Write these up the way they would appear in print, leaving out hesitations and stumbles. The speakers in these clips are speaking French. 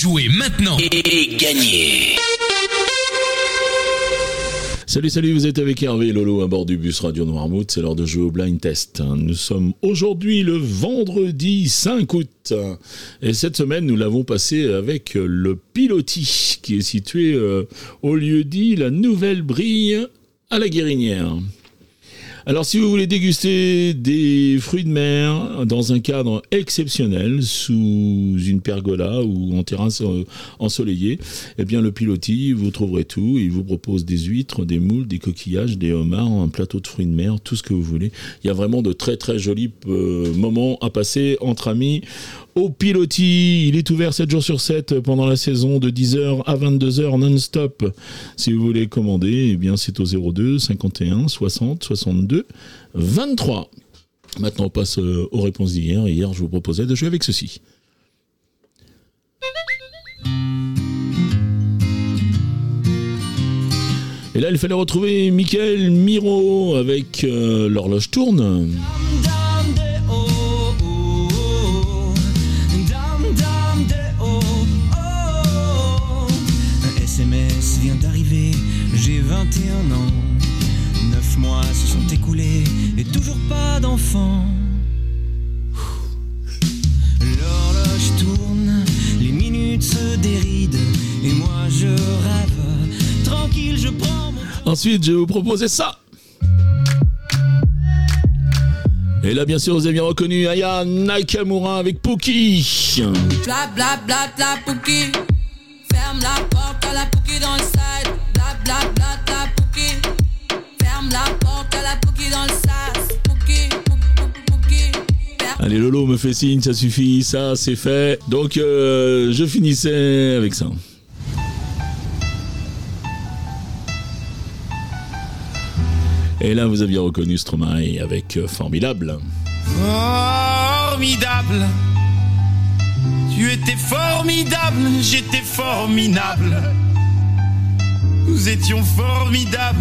Jouez maintenant et gagnez. Salut, vous êtes avec Hervé et Lolo à bord du bus Radio Noirmouth, c'est l'heure de jouer au blind test. Nous sommes aujourd'hui le vendredi 5 août et cette semaine nous l'avons passé avec le Pilotis qui est situé au lieu-dit La Nouvelle Brille à la Guérinière. Alors si vous voulez déguster des fruits de mer dans un cadre exceptionnel, sous une pergola ou en terrasse ensoleillée, eh bien le Pilotis, vous trouverez tout. Il vous propose des huîtres, des moules, des coquillages, des homards, un plateau de fruits de mer, tout ce que vous voulez. Il y a vraiment de très très jolis moments à passer entre amis au Pilotis. Il est ouvert 7 jours sur 7 pendant la saison de 10h à 22h non-stop. Si vous voulez commander, eh bien c'est au 02 51 60 62 23. Maintenant on passe aux réponses d'hier. Hier je vous proposais de jouer avec ceci. Et là il fallait retrouver Michael Miro avec l'horloge tourne. Vient d'arriver, j'ai 21 ans. 9 mois se sont écoulés et toujours pas d'enfant. L'horloge tourne, les minutes se dérident et moi je rêve, tranquille je prends mon... Ensuite je vais vous proposer ça. Et là bien sûr vous avez bien reconnu Aya Nakamura avec Pookie. Bla bla bla bla Pookie. Ferme la porte à la Pookie dans le side. Bla bla bla bla Pookie. Ferme la porte à la Pookie dans le sas. Pookie, Pookie. Allez Lolo me fait signe, ça suffit, ça c'est fait. Donc je finissais avec ça. Et là vous aviez reconnu Stromae avec Formidable. Formidable. Tu étais formidable, j'étais formidable. Nous étions formidables.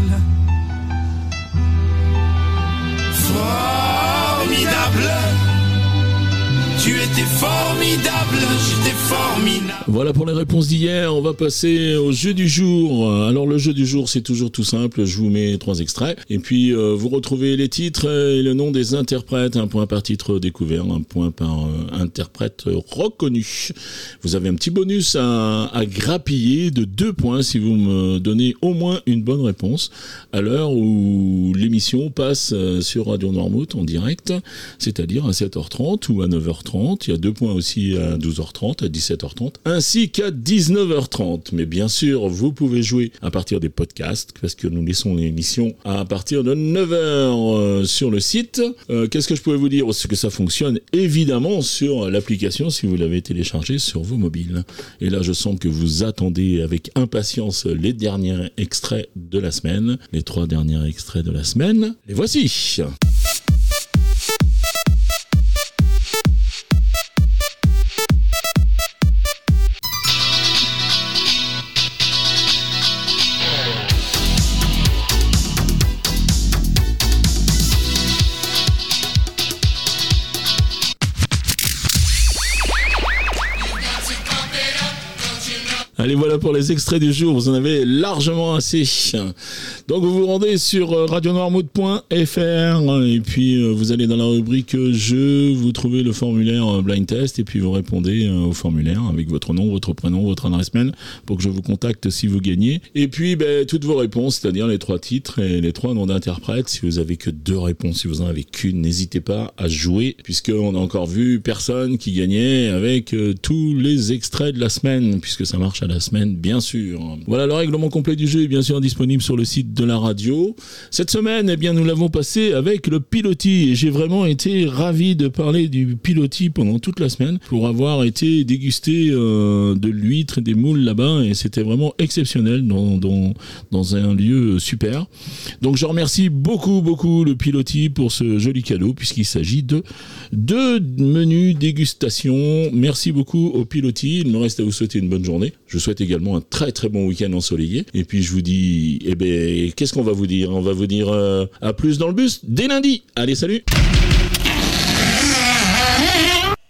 Formidable. Tu étais formidable, j'étais formidable. Voilà pour les réponses d'hier, on va passer au jeu du jour. Alors le jeu du jour c'est toujours tout simple, je vous mets 3 extraits et puis vous retrouvez les titres et le nom des interprètes, un point par titre découvert, un point par interprète reconnu. Vous avez un petit bonus à grappiller de 2 points si vous me donnez au moins une bonne réponse à l'heure où l'émission passe sur Radio Noirmouth en direct, c'est-à-dire à 7h30 ou à 9h30. Il y a 2 points aussi à 12h30, à 17h30, ainsi qu'à 19h30. Mais bien sûr, vous pouvez jouer à partir des podcasts, parce que nous laissons l'émission à partir de 9h sur le site. Qu'est-ce que je pouvais vous dire? C'est que ça fonctionne évidemment sur l'application si vous l'avez téléchargée sur vos mobiles. Et là, je sens que vous attendez avec impatience les derniers extraits de la semaine. Les 3 derniers extraits de la semaine. Les voici. Allez, voilà pour les extraits du jour, vous en avez largement assez. Donc vous vous rendez sur radionoirmouth.fr et puis vous allez dans la rubrique jeux, vous trouvez le formulaire blind test et puis vous répondez au formulaire avec votre nom, votre prénom, votre adresse mail pour que je vous contacte si vous gagnez. Et puis toutes vos réponses, c'est-à-dire les 3 titres et les 3 noms d'interprètes. Si vous avez que 2 réponses, si vous en avez qu'une, n'hésitez pas à jouer puisqu'on a encore vu personne qui gagnait avec tous les extraits de la semaine puisque ça marche à la semaine, bien sûr. Voilà, le règlement complet du jeu est bien sûr disponible sur le site de la radio. Cette semaine, eh bien, nous l'avons passé avec le Pilotis et j'ai vraiment été ravi de parler du Pilotis pendant toute la semaine pour avoir été dégusté de l'huître et des moules là-bas et c'était vraiment exceptionnel dans un lieu super. Donc je remercie beaucoup le Pilotis pour ce joli cadeau puisqu'il s'agit de 2 menus dégustation. Merci beaucoup au Pilotis. Il me reste à vous souhaiter une bonne journée. Je souhaite également un très très bon week-end ensoleillé. Et puis je vous dis, qu'est-ce qu'on va vous dire? On va vous dire à plus dans le bus dès lundi. Allez, salut!